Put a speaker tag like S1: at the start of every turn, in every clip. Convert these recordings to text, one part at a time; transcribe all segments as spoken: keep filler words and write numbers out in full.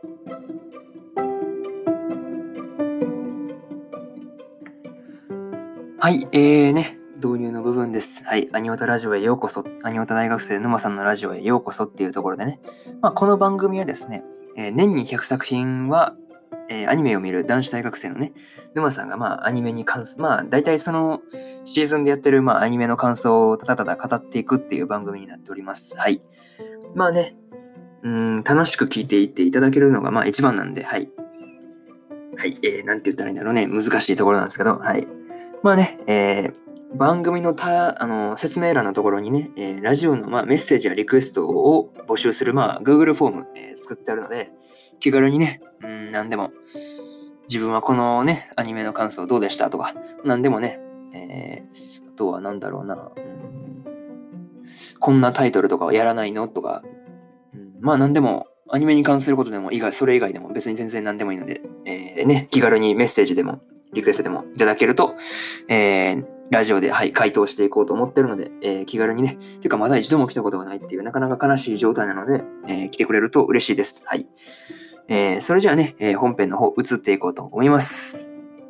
S1: はい、えーね、導入の部分です。はい、アニオタラジオへようこそ。アニオタ大学生沼さんのラジオへようこそっていうところでね、まあ、この番組はですね、えー年にひゃくさく品は、えーアニメを見る男子大学生のね、沼さんがまあアニメに関す、まあ大体そのシーズンでやってるまあアニメの感想をただただ語っていくっていう番組になっております。はい。まあね、うーん、楽しく聞いていっていただけるのがまあ一番なんで、はい。はい、えー、なんて言ったらいいんだろうね、難しいところなんですけど、はい。まあね、えー番組のたあの説明欄のところにね、えーラジオの、まあ、メッセージやリクエストを募集する、まあ、Google フォーム、えー作ってあるので、気軽にね、うん、何でも、自分はこのね、アニメの感想どうでしたとか、何でもね、えーあとは何だろうな、うんこんなタイトルとかはやらないのとか、うんまあ何でも、アニメに関することでも、以外、それ以外でも別に全然何でもいいので、えーね、気軽にメッセージでも、リクエストでもいただけると、えーラジオで、はい、回答していこうと思ってるので、えー気軽にね、ていうかまだ一度も来たことがないっていう、なかなか悲しい状態なので、えー来てくれると嬉しいです。はい。えーそれじゃあね、えー本編の方、移っていこうと思います。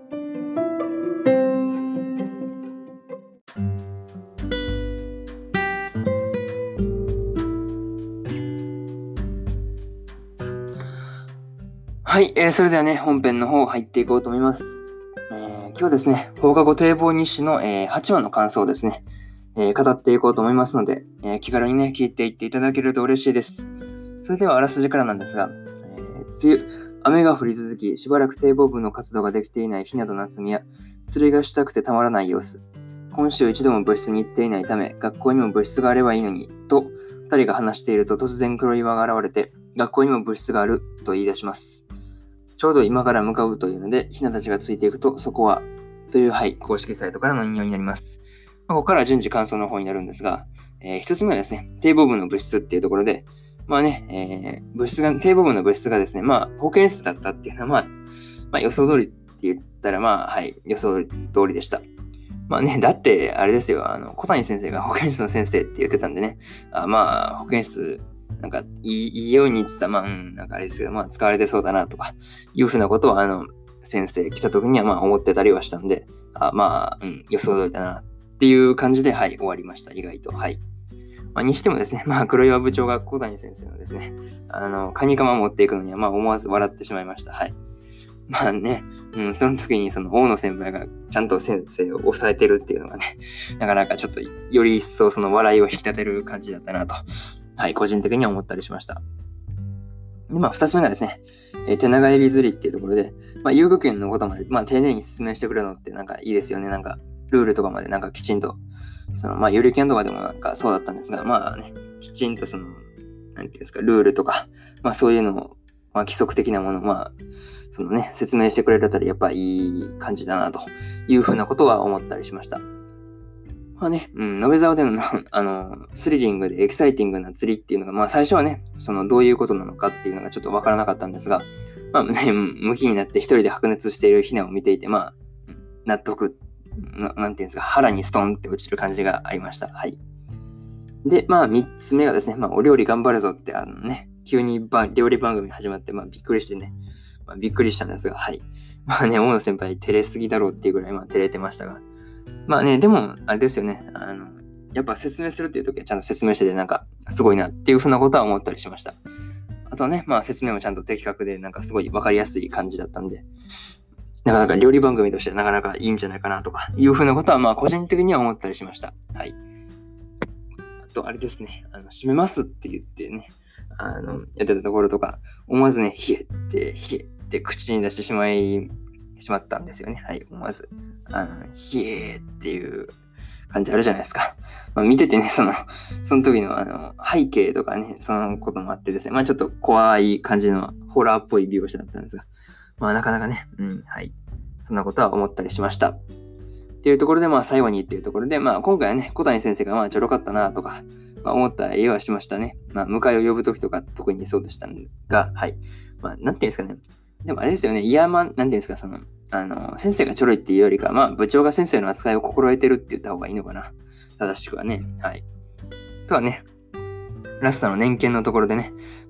S1: はい、えーそれではね、本編の方入っていこうと思います。えー今日はですね、放課後堤防日誌の、えーはちわの感想をですね、えー語っていこうと思いますので、えー気軽にね、聞いていっていただけると嬉しいです。それではあらすじからなんですが、えー梅雨、雨が降り続き、しばらく堤防部の活動ができていない日など夏美は、釣りがしたくてたまらない様子。今週一度も部室に行っていないため、学校にも部室があればいいのに、と、二人が話していると突然黒岩が現れて、学校にも部室があると言い出します。ちょうど今から向かうというので、ひなたちがついていくと、そこは、という、はい、公式サイトからの引用になります。まあ、ここからは順次感想の方になるんですが、えー一つ目はですね、堤防部の部室っていうところで、まあね、えー物質が、堤防部の物質がですね、まあ、保健室だったっていうのは、まあ、まあ、予想通りって言ったら、まあ、はい、予想通りでした。まあね、だって、あれですよ、あの、小谷先生が保健室の先生って言ってたんでね、あまあ、保健室、なんかいい、いいように言ってた、まあ、うん、なんかあれですけど、まあ、使われてそうだなとか、いうふうなことは、あの、先生来た時には、まあ、思ってたりはしたんで、あまあ、うん、予想通りだなっていう感じで、はい、終わりました、意外と。はい。まあ、にしてもですね、まあ、黒岩部長が小谷先生のですね、あの、カニカマを持っていくのには、まあ、思わず笑ってしまいました。はい。まあね、うん、その時にその大野先輩がちゃんと先生を抑えてるっていうのがね、なかなかちょっとより一層その笑いを引き立てる感じだったなと、はい、個人的には思ったりしました。で、まあ、二つ目がですね、えー手長エビ釣りっていうところで、まあ、遊具券のことまで、まあ、丁寧に説明してくれるのってなんかいいですよね。なんか、ルールとかまでなんかきちんと、その、まあ、ゆり券とかでもなんかそうだったんですが、まあね、きちんとその、なんていうんですか、ルールとか、まあ、そういうのを、まあ、規則的なもの、まあ、そのね、説明してくれるあたり、やっぱいい感じだな、というふうなことは思ったりしました。まあね、うん、延べ沢での、あの、スリリングでエキサイティングな釣りっていうのが、まあ最初はね、そのどういうことなのかっていうのがちょっとわからなかったんですが、まあね、向きになって一人で白熱しているヒナを見ていて、まあ、納得、ななんていうんですか、腹にストンって落ちる感じがありました。はい。で、まあ三つ目がですね、まあお料理頑張るぞって、あのね、急にば料理番組始まって、まあびっくりしてね、まあ、びっくりしたんですが、はい。まあね、大野先輩照れすぎだろうっていうぐらい、まあ照れてましたが、まあね、でも、あれですよね。あの、やっぱ説明するっていう時はちゃんと説明してて、なんか、すごいなっていうふうなことは思ったりしました。あとはね、まあ説明もちゃんと的確で、なんかすごいわかりやすい感じだったんで、なかなか料理番組としてなかなかいいんじゃないかなとかいうふうなことは、まあ個人的には思ったりしました。はい。あと、あれですね、あの、閉めますって言ってね、あの、やってたところとか、思わずね、冷えって、冷えって口に出してしまい、しまったんですよね。はい、思わず。あの、冷えっていう感じあるじゃないですか。まあ、見ててね、その、その時のあの背景とかね、そのこともあってですね、まあちょっと怖い感じのホラーっぽい描写だったんですが、まあなかなかね、うん、はい。そんなことは思ったりしました。っていうところで、まあ最後にっていうところで、まあ今回はね、小谷先生がまあちょろかったなとか、まあ、思った絵はしましたね。まあ迎えを呼ぶ時とか特にそうでしたが、はい。まあなんていうんですかね。でもあれですよね、イヤーマン、なんていうんですか、その、あの、先生がちょろいっていうよりか、まあ部長が先生の扱いを心得てるって言った方がいいのかな。正しくはね。はい。とはね、ラストの年検のところでね、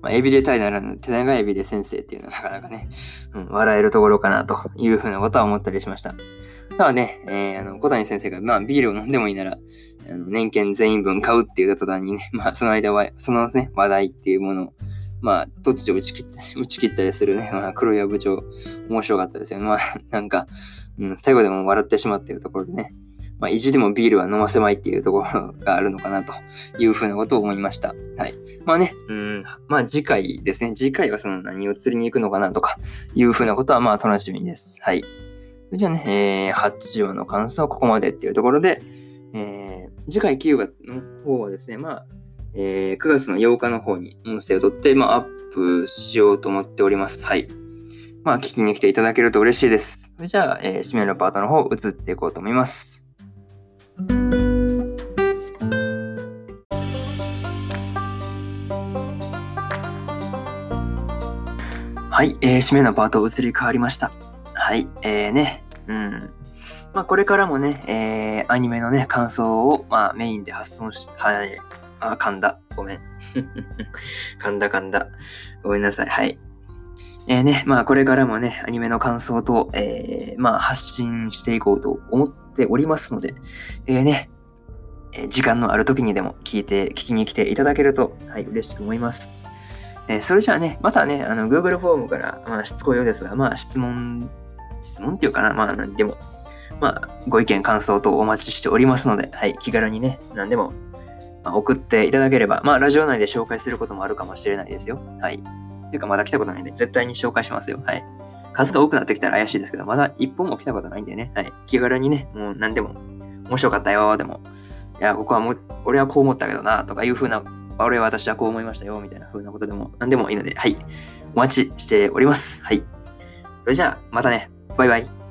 S1: まあ、エビでタイならぬ手長エビで先生っていうのはなかなかね、うん、笑えるところかなというふうなことは思ったりしました。ただね、えー、あの小谷先生が、まあ、ビールを飲んでもいいなら、あの年券全員分買うっていう途端にね、まあ、その間は、そのね、話題っていうものを、まあ、突如打ち切った、打ち切ったりするね、まあ、黒岩部長、面白かったですよね。まあ、なんか、うん、最後でも笑ってしまっているところでね、まあ、意地でもビールは飲ませまいっていうところがあるのかなというふうなことを思いました。はい。まあね、うん、まあ次回ですね。次回はその何を釣りに行くのかなとかいうふうなことはまあ楽しみです。はい。じゃあね、えー、はちわの感想はここまでっていうところで、えー、次回きゅうわの方はですね、まあ、えー、くがつのようかの方に音声を取って、まあ、アップしようと思っております。はい。まあ、聞きに来ていただけると嬉しいです。それじゃあ、えー、締めのパートの方、移っていこうと思います。はい、えー、締めのパート移り変わりました。はい、えーね、うん。まあ、これからもね、えー、アニメのね、感想を、まあ、メインで発送し、はい、あ、噛んだ。ごめん。噛んだ噛んだ。ごめんなさい。はい。えーね、まあ、これからもね、アニメの感想と、えー、まあ、発信していこうと思っておりますので、えーね、えー時間のある時にでも聞いて、聞きに来ていただけると、はい、嬉しく思います。えーそれじゃあね、またね、あの、Google フォームから、まあ、しつこいようですが、まあ、質問、質問っていうかな、まあ、何でも、まあ、ご意見、感想等お待ちしておりますので、はい、気軽にね、何でも、まあ、送っていただければ、まあ、ラジオ内で紹介することもあるかもしれないですよ。はい。ていうか、まだ来たことないんで、絶対に紹介しますよ。はい。数が多くなってきたら怪しいですけど、まだ一本も来たことないんでね、はい。気軽にね、もう何でも、面白かったよ、でも、いや、ここはもう、俺はこう思ったけどな、とかいう風な、俺は私はこう思いましたよ、みたいな風なことでも、何でもいいので、はい。お待ちしております。はい。それじゃあ、またね。バイバイ。